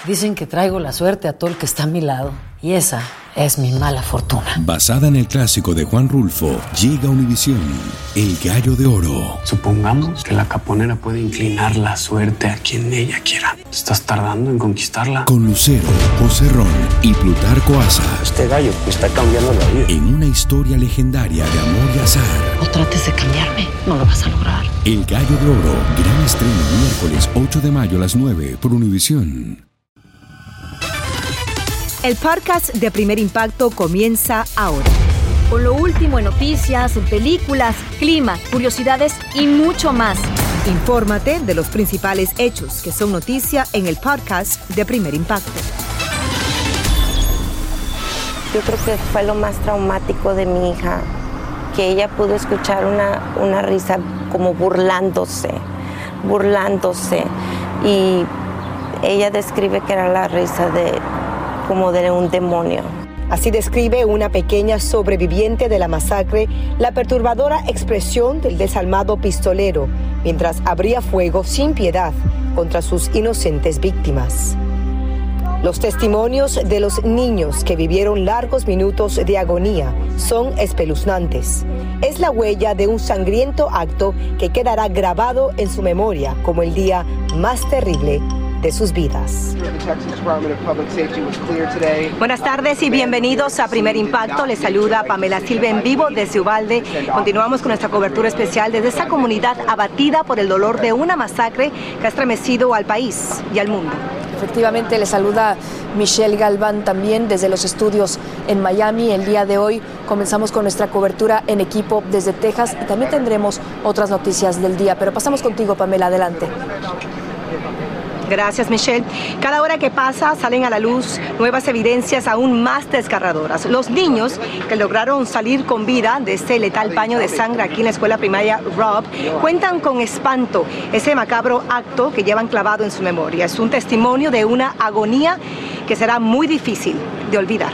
Dicen que traigo la suerte a todo el que está a mi lado. Y esa es mi mala fortuna. Basada en el clásico de Juan Rulfo, llega a Univisión, El Gallo de Oro. Supongamos que la caponera puede inclinar la suerte a quien ella quiera. ¿Estás tardando en conquistarla? Con Lucero, José Ron y Plutarco Asa. Este gallo me está cambiando la vida. En una historia legendaria de amor y azar. No trates de cambiarme, no lo vas a lograr. El Gallo de Oro, gran estreno miércoles 8 de mayo a las 9 por Univisión. El podcast de Primer Impacto comienza ahora. Con lo último en noticias, en películas, clima, curiosidades y mucho más. Infórmate de los principales hechos que son noticia en el podcast de Primer Impacto. Yo creo que fue lo más traumático de mi hija, que ella pudo escuchar una risa como burlándose. Y ella describe que era la risa como de un demonio. Así describe una pequeña sobreviviente de la masacre la perturbadora expresión del desalmado pistolero mientras abría fuego sin piedad contra sus inocentes víctimas. Los testimonios de los niños que vivieron largos minutos de agonía son espeluznantes. Es la huella de un sangriento acto que quedará grabado en su memoria como el día más terrible de sus vidas. Buenas tardes y bienvenidos a Primer Impacto. Les saluda Pamela Silva en vivo desde Uvalde. Continuamos con nuestra cobertura especial desde esta comunidad abatida por el dolor de una masacre que ha estremecido al país y al mundo. Efectivamente, le saluda Michelle Galván también desde los estudios en Miami. El día de hoy comenzamos con nuestra cobertura en equipo desde Texas y también tendremos otras noticias del día. Pero pasamos contigo, Pamela, adelante. Gracias, Michelle. Cada hora que pasa salen a la luz nuevas evidencias aún más desgarradoras. Los niños que lograron salir con vida de este letal baño de sangre aquí en la escuela primaria Robb cuentan con espanto ese macabro acto que llevan clavado en su memoria. Es un testimonio de una agonía que será muy difícil de olvidar.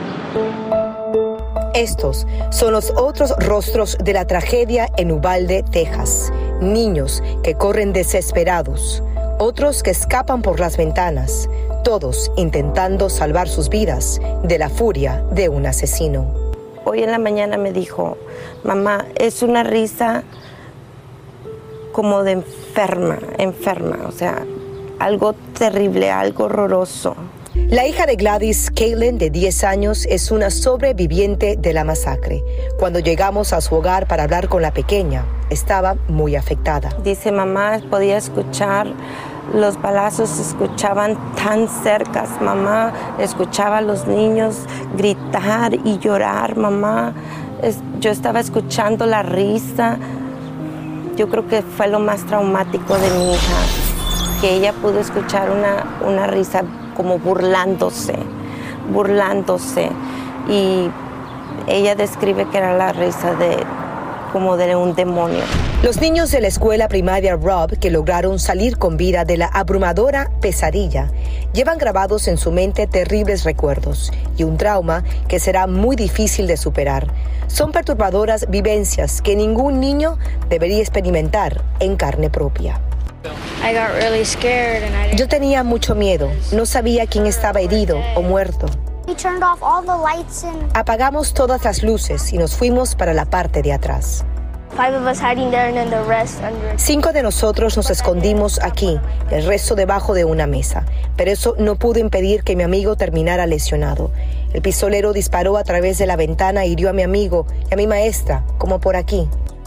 Estos son los otros rostros de la tragedia en Uvalde, Texas. Niños que corren desesperados. Otros que escapan por las ventanas, todos intentando salvar sus vidas de la furia de un asesino. Hoy en la mañana me dijo, mamá, es una risa como de enferma, o sea, algo terrible, algo horroroso. La hija de Gladys, Caitlin, de 10 años, es una sobreviviente de la masacre. Cuando llegamos a su hogar para hablar con la pequeña, estaba muy afectada. Dice, mamá, podía escuchar, los balazos se escuchaban tan cerca, mamá, escuchaba a los niños gritar y llorar, mamá. Yo estaba escuchando la risa. Yo creo que fue lo más traumático de mi hija, que ella pudo escuchar una risa como burlándose. Y ella describe que era la risa como de un demonio. Los niños de la escuela primaria Robb, que lograron salir con vida de la abrumadora pesadilla, llevan grabados en su mente terribles recuerdos y un trauma que será muy difícil de superar. Son perturbadoras vivencias que ningún niño debería experimentar en carne propia. Yo tenía mucho miedo, no sabía quién estaba herido o muerto. Apagamos todas las luces y nos fuimos para la parte de atrás. 5 de nosotros nos escondimos aquí, el resto debajo de una mesa, pero eso no pudo impedir que mi amigo terminara lesionado. El pistolero disparó a través de la ventana e hirió a mi amigo y a mi maestra, como por aquí.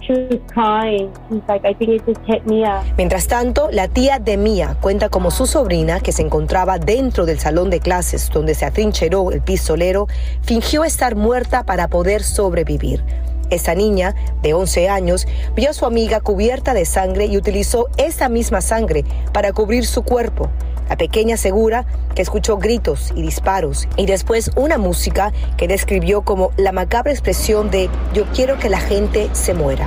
Mientras tanto, la tía de Mia cuenta cómo su sobrina, que se encontraba dentro del salón de clases donde se atrincheró el pistolero, fingió estar muerta para poder sobrevivir. Esa niña, de 11 años, vio a su amiga cubierta de sangre y utilizó esa misma sangre para cubrir su cuerpo. La pequeña asegura que escuchó gritos y disparos y después una música que describió como la macabra expresión de "yo quiero que la gente se muera".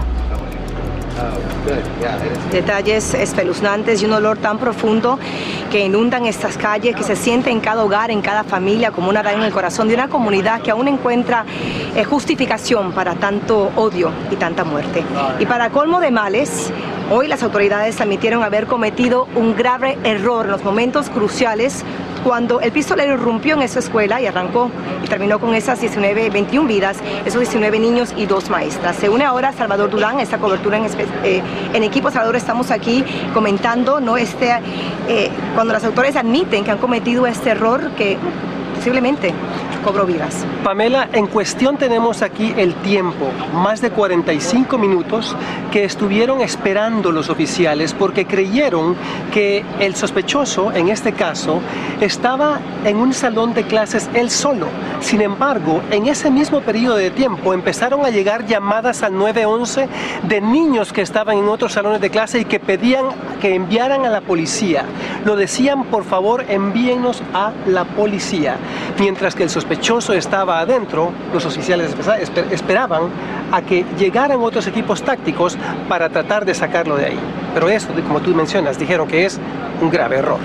Detalles espeluznantes y un olor tan profundo que inundan estas calles, que se siente en cada hogar, en cada familia, como una araña en el corazón de una comunidad que aún encuentra justificación para tanto odio y tanta muerte. Y para colmo de males, hoy las autoridades admitieron haber cometido un grave error en los momentos cruciales Cuando el pistolero irrumpió en esa escuela y arrancó y terminó con esas 21 vidas, esos 19 niños y 2 maestras. Se une ahora Salvador Durán, esta cobertura en equipo. Salvador, estamos aquí comentando, ¿no? Cuando las autoridades admiten que han cometido este error que posiblemente cobró vidas. Pamela, en cuestión tenemos aquí el tiempo, más de 45 minutos que estuvieron esperando los oficiales porque creyeron que el sospechoso, en este caso, estaba en un salón de clases él solo. Sin embargo, en ese mismo periodo de tiempo empezaron a llegar llamadas al 911 de niños que estaban en otros salones de clase y que pedían que enviaran a la policía. Lo decían, por favor, envíennos a la policía. Mientras que el sospechoso estaba adentro, los oficiales esperaban a que llegaran otros equipos tácticos para tratar de sacarlo de ahí. Pero eso, como tú mencionas, dijeron que es un grave error.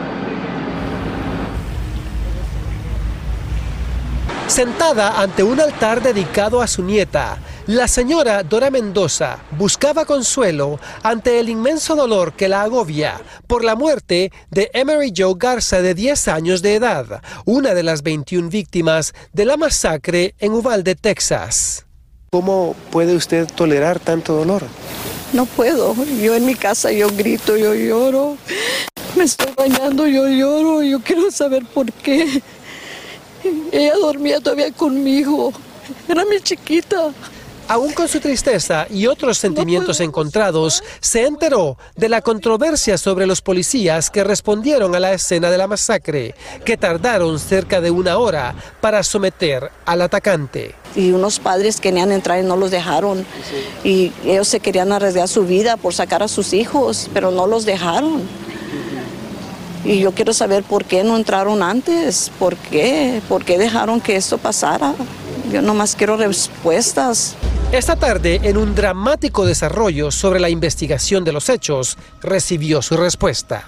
Sentada ante un altar dedicado a su nieta, la señora Dora Mendoza buscaba consuelo ante el inmenso dolor que la agobia por la muerte de Emery Jo Garza, de 10 años de edad, una de las 21 víctimas de la masacre en Uvalde, Texas. ¿Cómo puede usted tolerar tanto dolor? No puedo. Yo en mi casa yo grito, yo lloro. Me estoy bañando, yo lloro. Yo quiero saber por qué. Ella dormía todavía conmigo. Era mi chiquita. Aún con su tristeza y otros sentimientos encontrados, se enteró de la controversia sobre los policías que respondieron a la escena de la masacre, que tardaron cerca de 1 hora para someter al atacante. Y unos padres querían entrar y no los dejaron. Y ellos se querían arriesgar su vida por sacar a sus hijos, pero no los dejaron. Y yo quiero saber por qué no entraron antes, por qué dejaron que esto pasara. Yo nomás quiero respuestas. Esta tarde, en un dramático desarrollo sobre la investigación de los hechos, recibió su respuesta.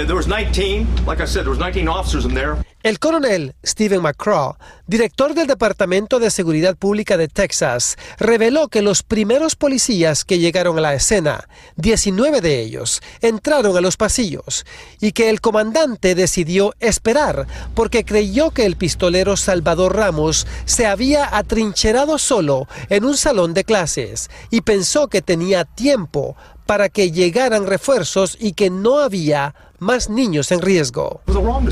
El coronel Stephen McCraw, director del Departamento de Seguridad Pública de Texas, reveló que los primeros policías que llegaron a la escena, 19 de ellos, entraron a los pasillos y que el comandante decidió esperar porque creyó que el pistolero Salvador Ramos se había atrincherado solo en un salón de clases y pensó que tenía tiempo para que llegaran refuerzos y que no había más niños en riesgo.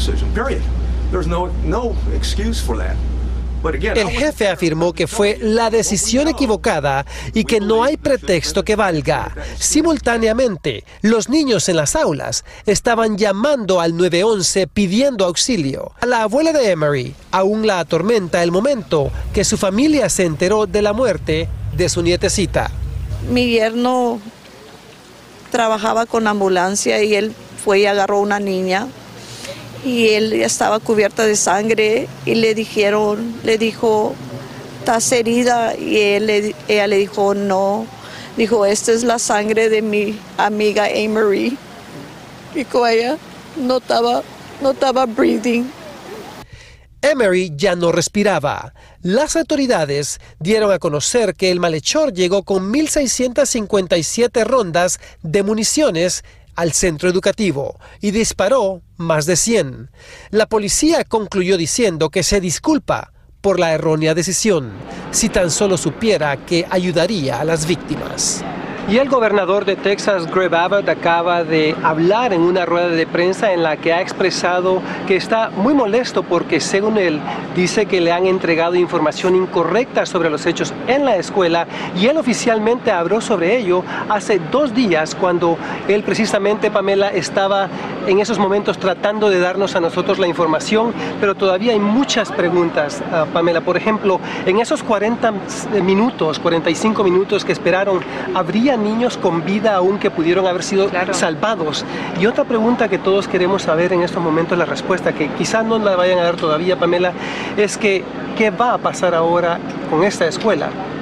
El jefe afirmó que fue la decisión equivocada y que no hay pretexto que valga. Simultáneamente, los niños en las aulas estaban llamando al 911 pidiendo auxilio. A la abuela de Emery aún la atormenta el momento que su familia se enteró de la muerte de su nietecita. Mi yerno trabajaba con ambulancia y él fue y agarró a una niña y él estaba cubierta de sangre y le dijo, ¿estás herida? Y ella le dijo, no. Dijo, esta es la sangre de mi amiga Emery. Y con ella no estaba breathing. Emery ya no respiraba. Las autoridades dieron a conocer que el malhechor llegó con 1.657 rondas de municiones al centro educativo y disparó más de 100. La policía concluyó diciendo que se disculpa por la errónea decisión, si tan solo supiera que ayudaría a las víctimas. Y el gobernador de Texas, Greg Abbott, acaba de hablar en una rueda de prensa en la que ha expresado que está muy molesto porque, según él, dice que le han entregado información incorrecta sobre los hechos en la escuela y él oficialmente habló sobre ello hace 2 días cuando él precisamente, Pamela, estaba en esos momentos tratando de darnos a nosotros la información, pero todavía hay muchas preguntas, Pamela. Por ejemplo, en esos 45 minutos que esperaron, ¿habría niños con vida aún que pudieron haber sido salvados? Y otra pregunta que todos queremos saber en estos momentos, la respuesta que quizás no la vayan a dar todavía, Pamela, es que ¿qué va a pasar ahora con esta escuela?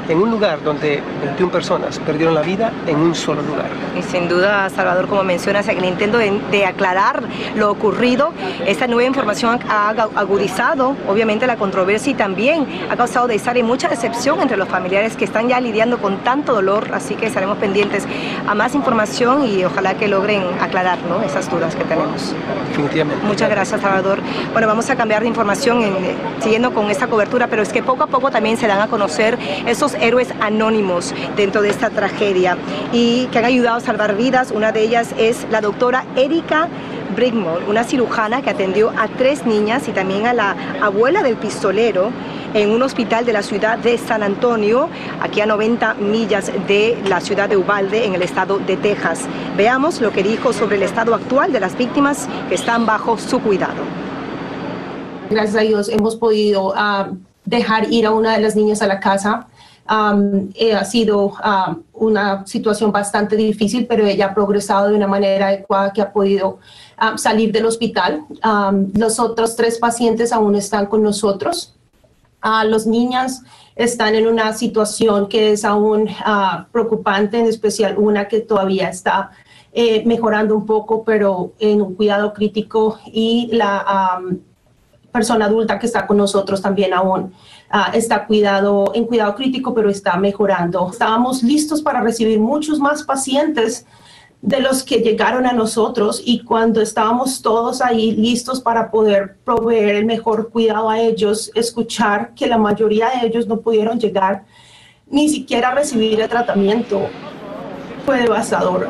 en un lugar donde 21 personas perdieron la vida en un solo lugar. Y sin duda, Salvador, como mencionas, en el intento de aclarar lo ocurrido, esta nueva información ha agudizado, obviamente, la controversia y también ha causado y mucha decepción entre los familiares que están ya lidiando con tanto dolor, así que estaremos pendientes a más información y ojalá que logren aclarar, ¿no?, esas dudas que tenemos. Definitivamente. Muchas gracias, Salvador. Bueno, vamos a cambiar de información siguiendo con esta cobertura, pero es que poco a poco también se dan a conocer esos héroes anónimos dentro de esta tragedia y que han ayudado a salvar vidas. Una de ellas es la doctora Erika Brigmore, una cirujana que atendió a 3 niñas y también a la abuela del pistolero en un hospital de la ciudad de San Antonio, aquí a 90 millas de la ciudad de Uvalde, en el estado de Texas. Veamos lo que dijo sobre el estado actual de las víctimas que están bajo su cuidado. Gracias a Dios hemos podido dejar ir a una de las niñas a la casa. Ha sido una situación bastante difícil, pero ella ha progresado de una manera adecuada que ha podido salir del hospital. Los otros 3 pacientes aún están con nosotros. Los niños están en una situación que es aún preocupante, en especial una que todavía está mejorando un poco, pero en un cuidado crítico, y la persona adulta que está con nosotros también aún está en cuidado crítico, pero está mejorando. Estábamos listos para recibir muchos más pacientes de los que llegaron a nosotros, y cuando estábamos todos ahí listos para poder proveer el mejor cuidado a ellos, escuchar que la mayoría de ellos no pudieron llegar ni siquiera a recibir el tratamiento fue devastador.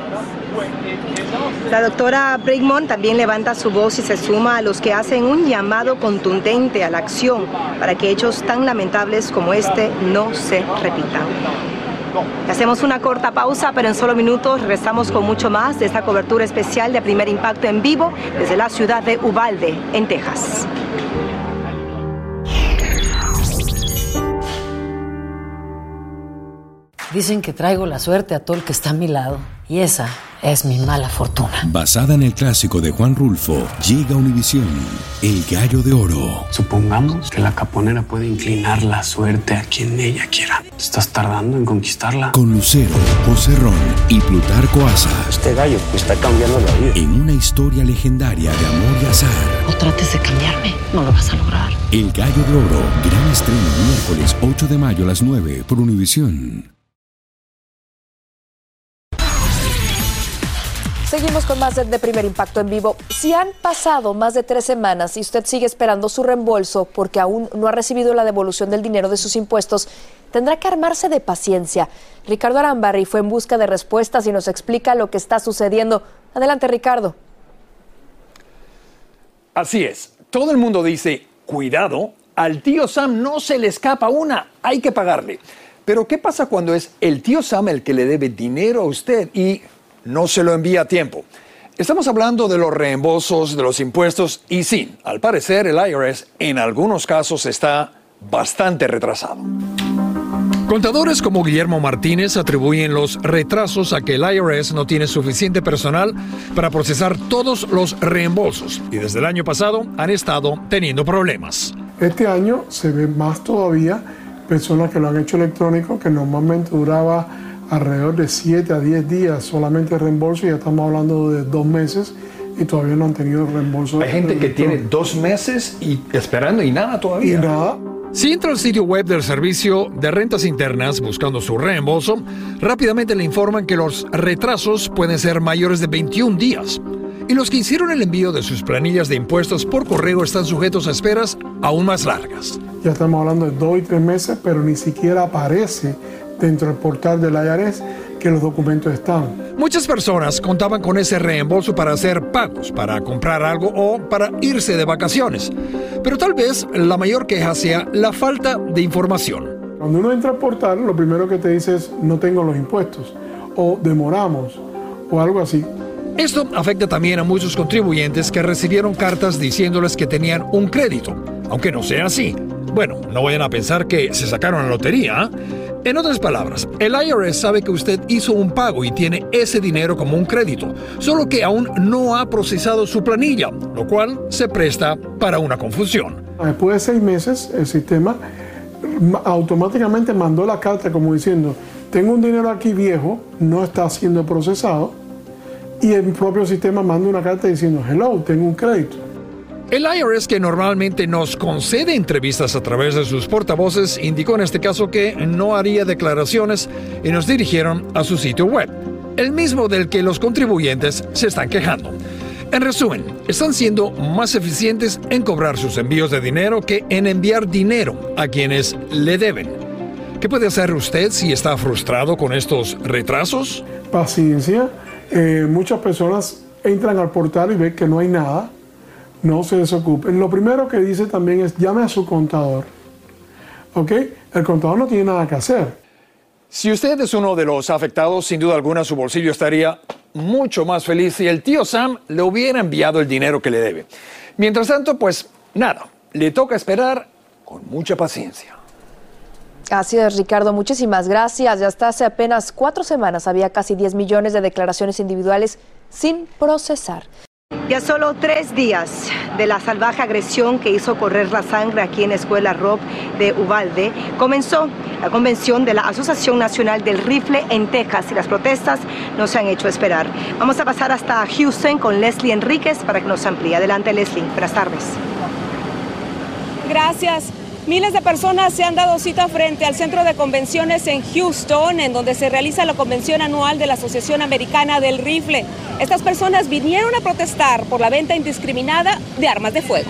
La doctora Brigmore también levanta su voz y se suma a los que hacen un llamado contundente a la acción para que hechos tan lamentables como este no se repitan. Hacemos una corta pausa, pero en solo minutos regresamos con mucho más de esta cobertura especial de Primer Impacto en vivo desde la ciudad de Uvalde, en Texas. Dicen que traigo la suerte a todo el que está a mi lado, y esa es mi mala fortuna. Basada en el clásico de Juan Rulfo, llega Univisión, El Gallo de Oro. Supongamos que la caponera puede inclinar la suerte a quien ella quiera. ¿Estás tardando en conquistarla? Con Lucero, José Ron y Plutarco Asa. Este gallo me está cambiando la vida. En una historia legendaria de amor y azar. No trates de cambiarme, no lo vas a lograr. El Gallo de Oro, gran estreno miércoles 8 de mayo a las 9 por Univisión. Seguimos con más de Primer Impacto en vivo. Si han pasado más de 3 semanas y usted sigue esperando su reembolso porque aún no ha recibido la devolución del dinero de sus impuestos, tendrá que armarse de paciencia. Ricardo Arambarri fue en busca de respuestas y nos explica lo que está sucediendo. Adelante, Ricardo. Así es. Todo el mundo dice, cuidado, al tío Sam no se le escapa una, hay que pagarle. Pero ¿qué pasa cuando es el tío Sam el que le debe dinero a usted y no se lo envía a tiempo? Estamos hablando de los reembolsos de los impuestos y sí, al parecer el IRS en algunos casos está bastante retrasado. Contadores como Guillermo Martínez atribuyen los retrasos a que el IRS no tiene suficiente personal para procesar todos los reembolsos y desde el año pasado han estado teniendo problemas. Este año se ve más todavía personas que lo han hecho electrónico, que normalmente duraba alrededor de 7 a 10 días solamente reembolso, y ya estamos hablando de 2 meses y todavía no han tenido reembolso. Hay gente que tiene 2 meses y esperando y nada todavía. Y nada. Si entra al sitio web del Servicio de Rentas Internas buscando su reembolso, rápidamente le informan que los retrasos pueden ser mayores de 21 días. Y los que hicieron el envío de sus planillas de impuestos por correo están sujetos a esperas aún más largas. Ya estamos hablando de 2 y 3 meses, pero ni siquiera aparece dentro del portal del IRS que los documentos están. Muchas personas contaban con ese reembolso para hacer pagos, para comprar algo o para irse de vacaciones. Pero tal vez la mayor queja sea la falta de información. Cuando uno entra al portal, lo primero que te dice es no tengo los impuestos, o demoramos, o algo así. Esto afecta también a muchos contribuyentes que recibieron cartas diciéndoles que tenían un crédito, aunque no sea así. Bueno, no vayan a pensar que se sacaron la lotería. En otras palabras, el IRS sabe que usted hizo un pago y tiene ese dinero como un crédito, solo que aún no ha procesado su planilla, lo cual se presta para una confusión. Después de 6 meses, el sistema automáticamente mandó la carta como diciendo, tengo un dinero aquí viejo, no está siendo procesado, y el propio sistema manda una carta diciendo, hello, tengo un crédito. El IRS, que normalmente nos concede entrevistas a través de sus portavoces, indicó en este caso que no haría declaraciones y nos dirigieron a su sitio web, el mismo del que los contribuyentes se están quejando. En resumen, están siendo más eficientes en cobrar sus envíos de dinero que en enviar dinero a quienes le deben. ¿Qué puede hacer usted si está frustrado con estos retrasos? Paciencia. Muchas personas entran al portal y ven que no hay nada. No se desocupen. Lo primero que dice también es llame a su contador. ¿Ok? El contador no tiene nada que hacer. Si usted es uno de los afectados, sin duda alguna su bolsillo estaría mucho más feliz si el tío Sam le hubiera enviado el dinero que le debe. Mientras tanto, pues nada, le toca esperar con mucha paciencia. Así es, Ricardo, muchísimas gracias. Ya hasta hace apenas 4 semanas había casi 10 millones de declaraciones individuales sin procesar. Ya solo 3 días de la salvaje agresión que hizo correr la sangre aquí en la escuela Robb de Uvalde, comenzó la convención de la Asociación Nacional del Rifle en Texas y las protestas no se han hecho esperar. Vamos a pasar hasta Houston con Leslie Enríquez para que nos amplíe. Adelante, Leslie. Buenas tardes. Gracias. Miles de personas se han dado cita frente al centro de convenciones en Houston, en donde se realiza la convención anual de la Asociación Americana del Rifle. Estas personas vinieron a protestar por la venta indiscriminada de armas de fuego.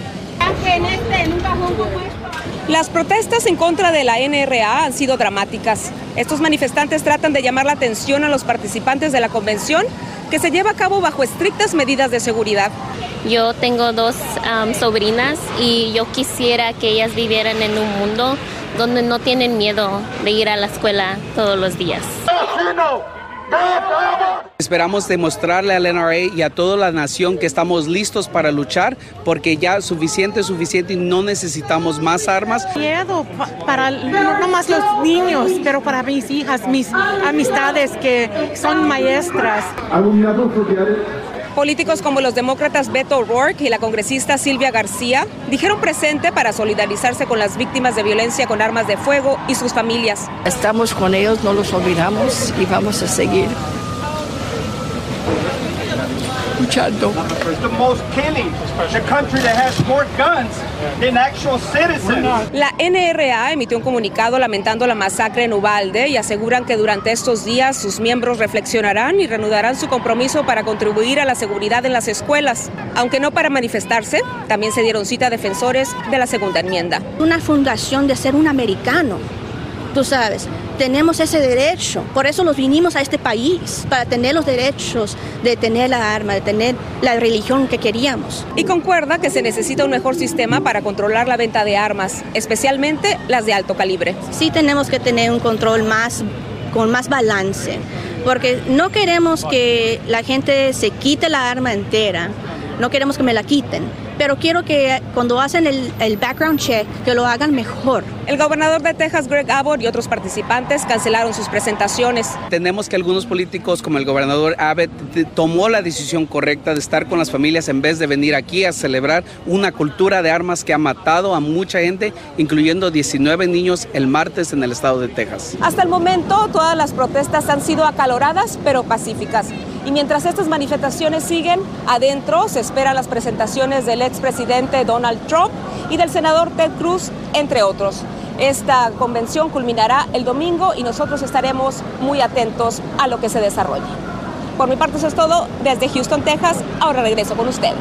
Las protestas en contra de la NRA han sido dramáticas. Estos manifestantes tratan de llamar la atención a los participantes de la convención, que se lleva a cabo bajo estrictas medidas de seguridad. Yo tengo 2 sobrinas y yo quisiera que ellas vivieran en un mundo donde no tienen miedo de ir a la escuela todos los días. Esperamos demostrarle al NRA y a toda la nación que estamos listos para luchar, porque ya suficiente y no necesitamos más armas. Miedo para no más los niños, pero para mis hijas, mis amistades que son maestras. Políticos como los demócratas Beto O'Rourke y la congresista Silvia García dijeron presente para solidarizarse con las víctimas de violencia con armas de fuego y sus familias. Estamos con ellos, no los olvidamos y vamos a seguir luchando. La NRA emitió un comunicado lamentando la masacre en Uvalde y aseguran que durante estos días sus miembros reflexionarán y reanudarán su compromiso para contribuir a la seguridad en las escuelas. Aunque no para manifestarse, también se dieron cita a defensores de la Segunda Enmienda. Una fundación de ser un americano, tú sabes, tenemos ese derecho, por eso los vinimos a este país, para tener los derechos de tener la arma, de tener la religión que queríamos. Y concuerda que se necesita un mejor sistema para controlar la venta de armas, especialmente las de alto calibre. Sí tenemos que tener un control con más balance, porque no queremos que la gente se quite la arma entera, no queremos que me la quiten. Pero quiero que cuando hacen el background check, que lo hagan mejor. El gobernador de Texas, Greg Abbott, y otros participantes cancelaron sus presentaciones. Tenemos que algunos políticos, como el gobernador Abbott, tomó la decisión correcta de estar con las familias en vez de venir aquí a celebrar una cultura de armas que ha matado a mucha gente, incluyendo 19 niños el martes en el estado de Texas. Hasta el momento, todas las protestas han sido acaloradas, pero pacíficas. Y mientras estas manifestaciones siguen, adentro se esperan las presentaciones del expresidente Donald Trump y del senador Ted Cruz, entre otros. Esta convención culminará el domingo y nosotros estaremos muy atentos a lo que se desarrolle. Por mi parte eso es todo. Desde Houston, Texas, ahora regreso con ustedes.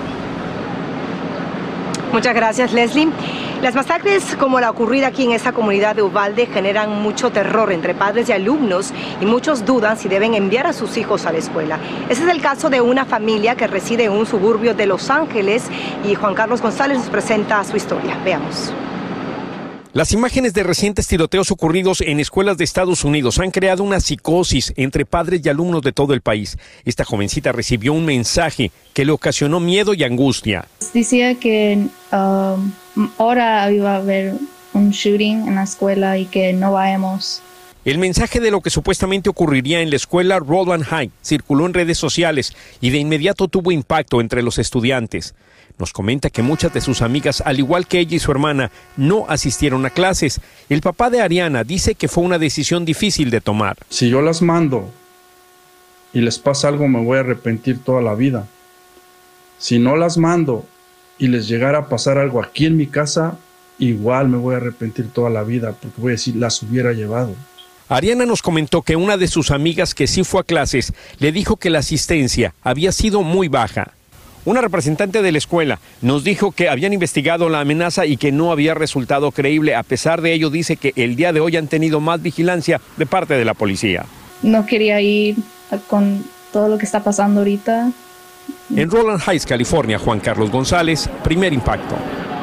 Muchas gracias, Leslie. Las masacres como la ocurrida aquí en esta comunidad de Uvalde generan mucho terror entre padres y alumnos y muchos dudan si deben enviar a sus hijos a la escuela. Ese es el caso de una familia que reside en un suburbio de Los Ángeles y Juan Carlos González nos presenta su historia. Veamos. Las imágenes de recientes tiroteos ocurridos en escuelas de Estados Unidos han creado una psicosis entre padres y alumnos de todo el país. Esta jovencita recibió un mensaje que le ocasionó miedo y angustia. Decía que ahora iba a haber un shooting en la escuela y que no vayamos. El mensaje de lo que supuestamente ocurriría en la escuela Roland High circuló en redes sociales y de inmediato tuvo impacto entre los estudiantes. Nos comenta que muchas de sus amigas, al igual que ella y su hermana, no asistieron a clases. El papá de Ariana dice que fue una decisión difícil de tomar. Si yo las mando y les pasa algo, me voy a arrepentir toda la vida. Si no las mando y les llegara a pasar algo aquí en mi casa, igual me voy a arrepentir toda la vida, porque voy a decir, las hubiera llevado. Ariana nos comentó que una de sus amigas que sí fue a clases le dijo que la asistencia había sido muy baja. Una representante de la escuela nos dijo que habían investigado la amenaza y que no había resultado creíble. A pesar de ello, dice que el día de hoy han tenido más vigilancia de parte de la policía. No quería ir con todo lo que está pasando ahorita. En Roland Heights, California, Juan Carlos González, Primer Impacto.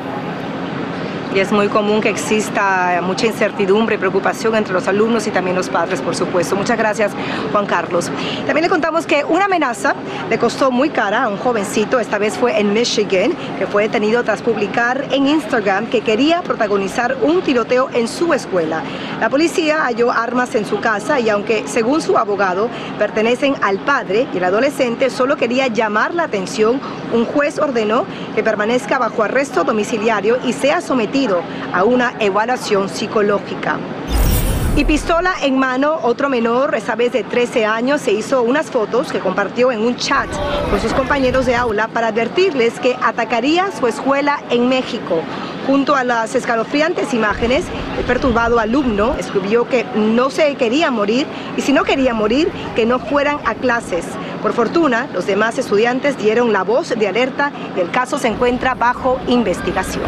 Y es muy común que exista mucha incertidumbre y preocupación entre los alumnos y también los padres, por supuesto. Muchas gracias, Juan Carlos. También le contamos que una amenaza le costó muy cara a un jovencito, esta vez fue en Michigan, que fue detenido tras publicar en Instagram que quería protagonizar un tiroteo en su escuela. La policía halló armas en su casa y aunque, según su abogado, pertenecen al padre y el adolescente solo quería llamar la atención, un juez ordenó que permanezca bajo arresto domiciliario y sea sometido a una evaluación psicológica. Y pistola en mano, otro menor, esta vez de 13 años, se hizo unas fotos que compartió en un chat con sus compañeros de aula para advertirles que atacaría su escuela en México. Junto a las escalofriantes imágenes, el perturbado alumno escribió que no se quería morir y si no quería morir, que no fueran a clases. Por fortuna, los demás estudiantes dieron la voz de alerta y el caso se encuentra bajo investigación.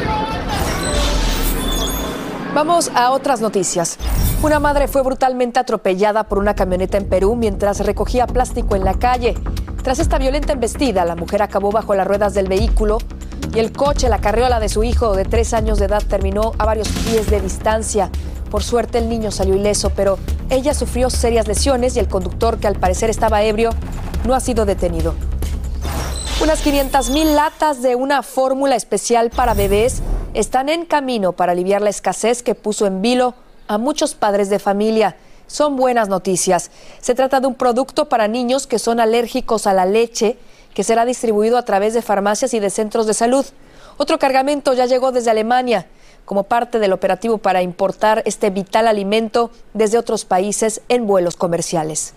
Vamos a otras noticias. Una madre fue brutalmente atropellada por una camioneta en Perú mientras recogía plástico en la calle. Tras esta violenta embestida, la mujer acabó bajo las ruedas del vehículo y el coche, la carriola de su hijo de 3 años de edad, terminó a varios pies de distancia. Por suerte, el niño salió ileso, pero ella sufrió serias lesiones y el conductor, que al parecer estaba ebrio, no ha sido detenido. Unas 500,000 latas de una fórmula especial para bebés están en camino para aliviar la escasez que puso en vilo a muchos padres de familia. Son buenas noticias. Se trata de un producto para niños que son alérgicos a la leche, que será distribuido a través de farmacias y de centros de salud. Otro cargamento ya llegó desde Alemania, como parte del operativo para importar este vital alimento desde otros países en vuelos comerciales.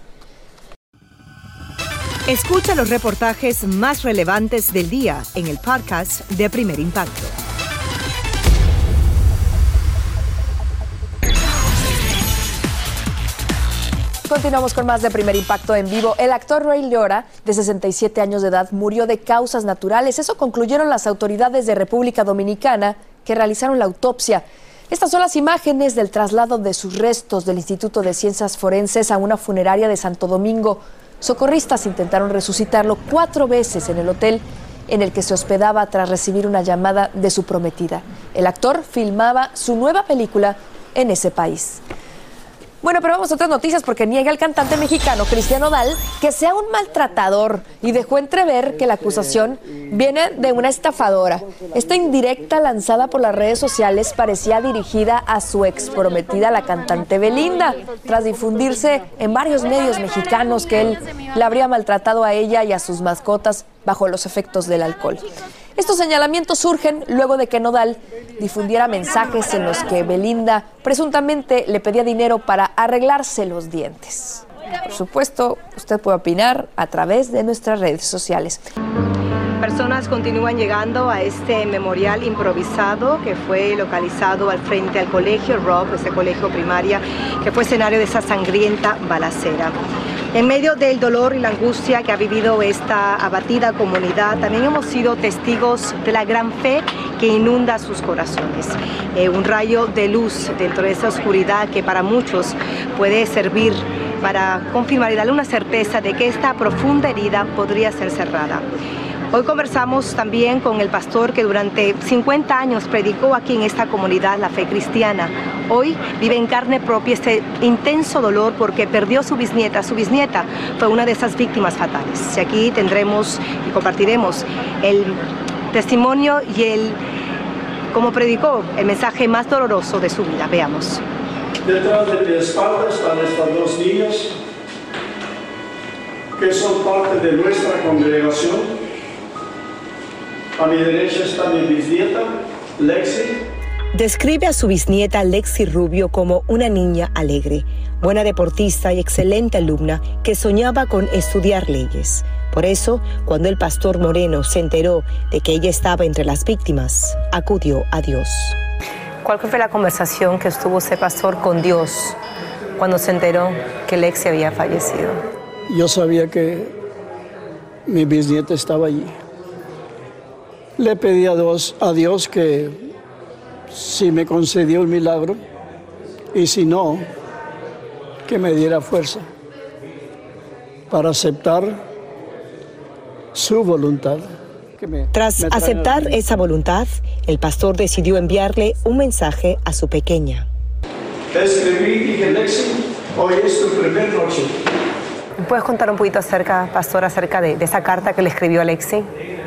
Escucha los reportajes más relevantes del día en el podcast de Primer Impacto. Continuamos con más de Primer Impacto en vivo. El actor Ray Liotta, de 67 años de edad, murió de causas naturales. Eso concluyeron las autoridades de República Dominicana que realizaron la autopsia. Estas son las imágenes del traslado de sus restos del Instituto de Ciencias Forenses a una funeraria de Santo Domingo. Socorristas intentaron resucitarlo 4 veces en el hotel en el que se hospedaba tras recibir una llamada de su prometida. El actor filmaba su nueva película en ese país. Bueno, pero vamos a otras noticias porque niega el cantante mexicano Cristian Nodal que sea un maltratador y dejó entrever que la acusación viene de una estafadora. Esta indirecta lanzada por las redes sociales parecía dirigida a su exprometida, la cantante Belinda, tras difundirse en varios medios mexicanos que él la habría maltratado a ella y a sus mascotas bajo los efectos del alcohol. Estos señalamientos surgen luego de que Nodal difundiera mensajes en los que Belinda presuntamente le pedía dinero para arreglarse los dientes. Por supuesto, usted puede opinar a través de nuestras redes sociales. Personas continúan llegando a este memorial improvisado que fue localizado al frente al colegio Rob, ese colegio primaria que fue escenario de esa sangrienta balacera. En medio del dolor y la angustia que ha vivido esta abatida comunidad, también hemos sido testigos de la gran fe que inunda sus corazones. Un rayo de luz dentro de esa oscuridad que para muchos puede servir para confirmar y darle una certeza de que esta profunda herida podría ser cerrada. Hoy conversamos también con el pastor que durante 50 años predicó aquí en esta comunidad la fe cristiana. Hoy vive en carne propia este intenso dolor porque perdió su bisnieta. Su bisnieta fue una de esas víctimas fatales. Y aquí tendremos y compartiremos el testimonio y cómo predicó el mensaje más doloroso de su vida. Veamos. Detrás de mi espalda están estas dos niñas que son parte de nuestra congregación. A mi derecha está mi bisnieta, Lexi. Describe a su bisnieta Lexi Rubio como una niña alegre, buena deportista y excelente alumna que soñaba con estudiar leyes. Por eso, cuando el pastor Moreno se enteró de que ella estaba entre las víctimas, acudió a Dios. ¿Cuál fue la conversación que estuvo ese pastor con Dios cuando se enteró que Lexi había fallecido? Yo sabía que mi bisnieta estaba allí. Le pedí a Dios que si me concedió el milagro y si no, que me diera fuerza para aceptar su voluntad. Tras aceptar esa voluntad, el pastor decidió enviarle un mensaje a su pequeña. Escribí y dije, Lexi, hoy es tu primera noche. ¿Puedes contar un poquito pastor, acerca de esa carta que le escribió a Lexi?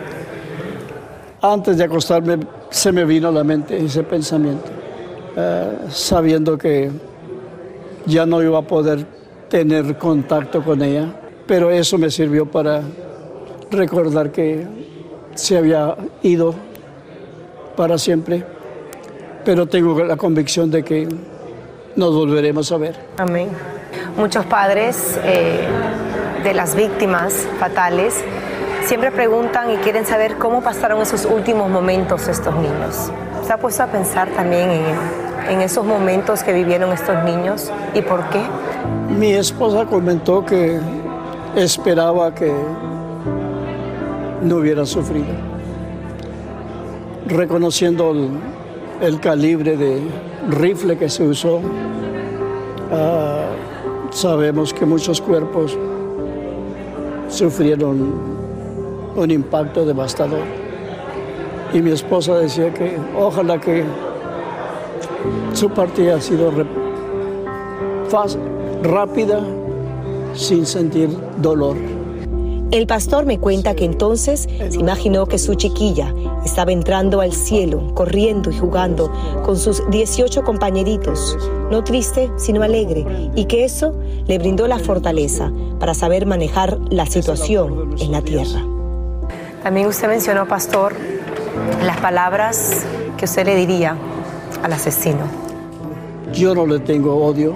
Antes de acostarme se me vino a la mente ese pensamiento, sabiendo que ya no iba a poder tener contacto con ella, pero eso me sirvió para recordar que se había ido para siempre, pero tengo la convicción de que nos volveremos a ver. Amén. Muchos padres de las víctimas fatales siempre preguntan y quieren saber cómo pasaron esos últimos momentos estos niños. ¿Se ha puesto a pensar también en esos momentos que vivieron estos niños y por qué? Mi esposa comentó que esperaba que no hubiera sufrido. Reconociendo el calibre de rifle que se usó, sabemos que muchos cuerpos sufrieron un impacto devastador. Y mi esposa decía que ojalá que su partida ha sido rápida, sin sentir dolor. El pastor me cuenta que entonces se imaginó que su chiquilla estaba entrando al cielo, corriendo y jugando con sus 18 compañeritos, no triste, sino alegre, y que eso le brindó la fortaleza para saber manejar la situación en la tierra. También usted mencionó, pastor, las palabras que usted le diría al asesino. Yo no le tengo odio,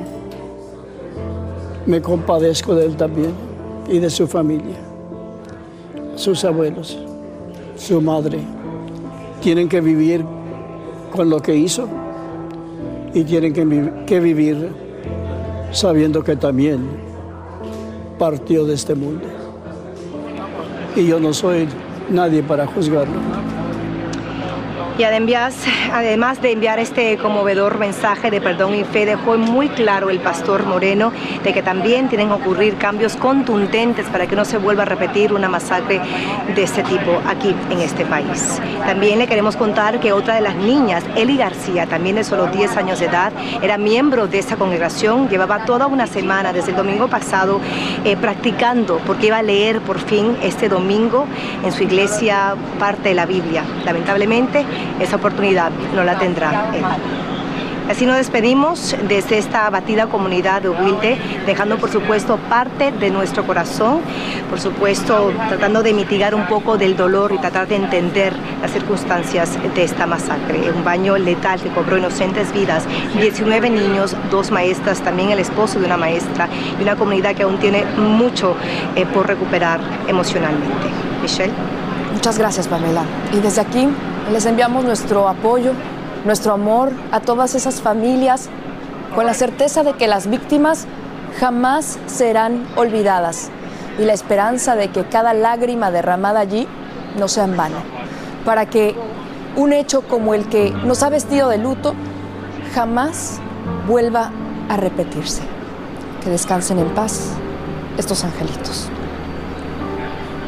me compadezco de él también y de su familia. Sus abuelos, su madre, tienen que vivir con lo que hizo y tienen que vivir sabiendo que también partió de este mundo. Y yo no soy nadie para juzgarlo. Y además de enviar este conmovedor mensaje de perdón y fe, dejó muy claro el pastor Moreno de que también tienen que ocurrir cambios contundentes para que no se vuelva a repetir una masacre de este tipo aquí en este país. También le queremos contar que otra de las niñas, Eli García, también de solo 10 años de edad, era miembro de esta congregación, llevaba toda una semana desde el domingo pasado practicando, porque iba a leer por fin este domingo en su iglesia parte de la Biblia. Lamentablemente, esa oportunidad no la tendrá él. Así nos despedimos desde esta abatida comunidad de Ubilde, dejando por supuesto parte de nuestro corazón, por supuesto tratando de mitigar un poco del dolor y tratar de entender las circunstancias de esta masacre. Un baño letal que cobró inocentes vidas, 19 niños, 2 maestras, también el esposo de una maestra y una comunidad que aún tiene mucho por recuperar emocionalmente. Michelle. Muchas gracias, Pamela. Y desde aquí les enviamos nuestro apoyo, nuestro amor a todas esas familias, con la certeza de que las víctimas jamás serán olvidadas y la esperanza de que cada lágrima derramada allí no sea en vano, para que un hecho como el que nos ha vestido de luto jamás vuelva a repetirse. Que descansen en paz estos angelitos.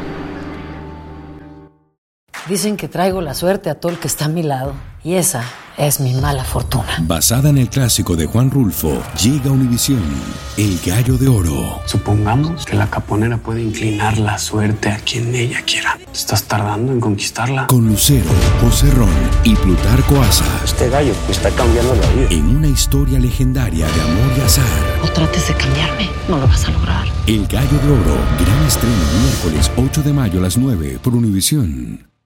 Dicen que traigo la suerte a todo el que está a mi lado. Y esa es mi mala fortuna. Basada en el clásico de Juan Rulfo, llega a Univisión, El Gallo de Oro. Supongamos que la caponera puede inclinar la suerte a quien ella quiera. ¿Estás tardando en conquistarla? Con Lucero, José Ron y Plutarco Asa. Este gallo me está cambiando la vida. En una historia legendaria de amor y azar. No trates de cambiarme, no lo vas a lograr. El Gallo de Oro, gran estreno miércoles 8 de mayo a las 9 por Univisión.